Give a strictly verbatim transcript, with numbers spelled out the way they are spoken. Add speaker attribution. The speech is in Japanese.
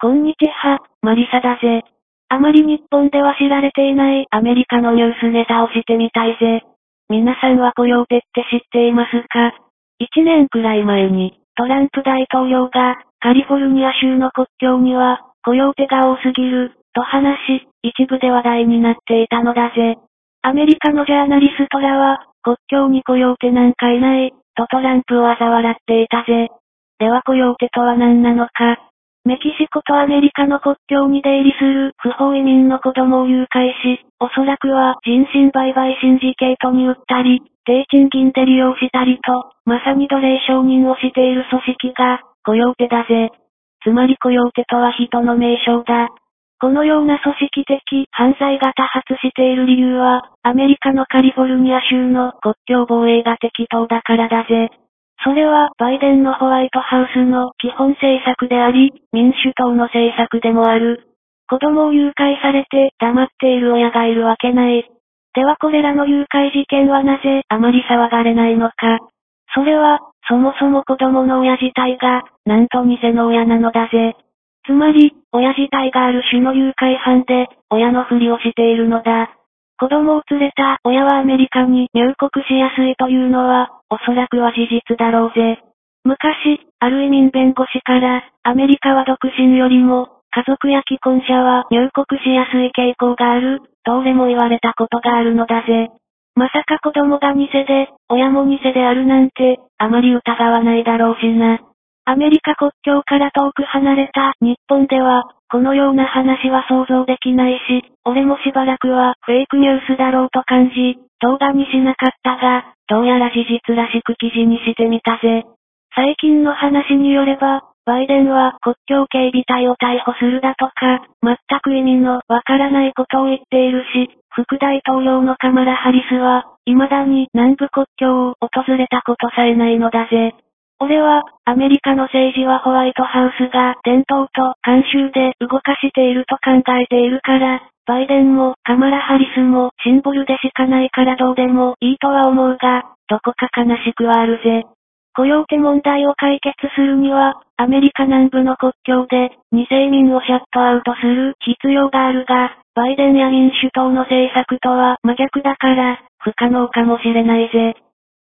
Speaker 1: こんにちは、マリサだぜ。あまり日本では知られていないアメリカのニュースネタをしてみたいぜ。皆さんはコヨーテって知っていますか？いちねんくらい前に、トランプ大統領が、カリフォルニア州の国境には、コヨーテが多すぎる、と話し、一部で話題になっていたのだぜ。アメリカのジャーナリストらは、国境にコヨーテなんかいない、とトランプを嘲笑っていたぜ。ではコヨーテとは何なのか？メキシコとアメリカの国境に出入りする不法移民の子供を誘拐し、おそらくは人身売買シンジケートに売ったり、低賃金で利用したりと、まさに奴隷商人をしている組織が、コヨーテだぜ。つまりコヨーテとは人の名称だ。このような組織的犯罪が多発している理由は、アメリカのカリフォルニア州の国境防衛が適当だからだぜ。それはバイデンのホワイトハウスの基本政策であり、民主党の政策でもある。子供を誘拐されて黙っている親がいるわけない。ではこれらの誘拐事件はなぜあまり騒がれないのか。それは、そもそも子供の親自体が、なんと偽の親なのだぜ。つまり、親自体がある種の誘拐犯で、親のふりをしているのだ。子供を連れた親はアメリカに入国しやすいというのは、おそらくは事実だろうぜ。昔、ある移民弁護士から、アメリカは独身よりも、家族や既婚者は入国しやすい傾向がある、と俺も言われたことがあるのだぜ。まさか子供が偽で、親も偽であるなんて、あまり疑わないだろうしな。アメリカ国境から遠く離れた日本では、このような話は想像できないし、俺もしばらくはフェイクニュースだろうと感じ、動画にしなかったが、どうやら事実らしく記事にしてみたぜ。最近の話によれば、バイデンは国境警備隊を逮捕するだとか、全く意味のわからないことを言っているし、副大統領のカマラ・ハリスは、未だに南部国境を訪れたことさえないのだぜ。俺は、アメリカの政治はホワイトハウスが伝統と慣習で動かしていると考えているから、バイデンもカマラ・ハリスもシンボルでしかないからどうでもいいとは思うが、どこか悲しくはあるぜ。コヨーテ問題を解決するには、アメリカ南部の国境で、偽移民をシャットアウトする必要があるが、バイデンや民主党の政策とは真逆だから、不可能かもしれないぜ。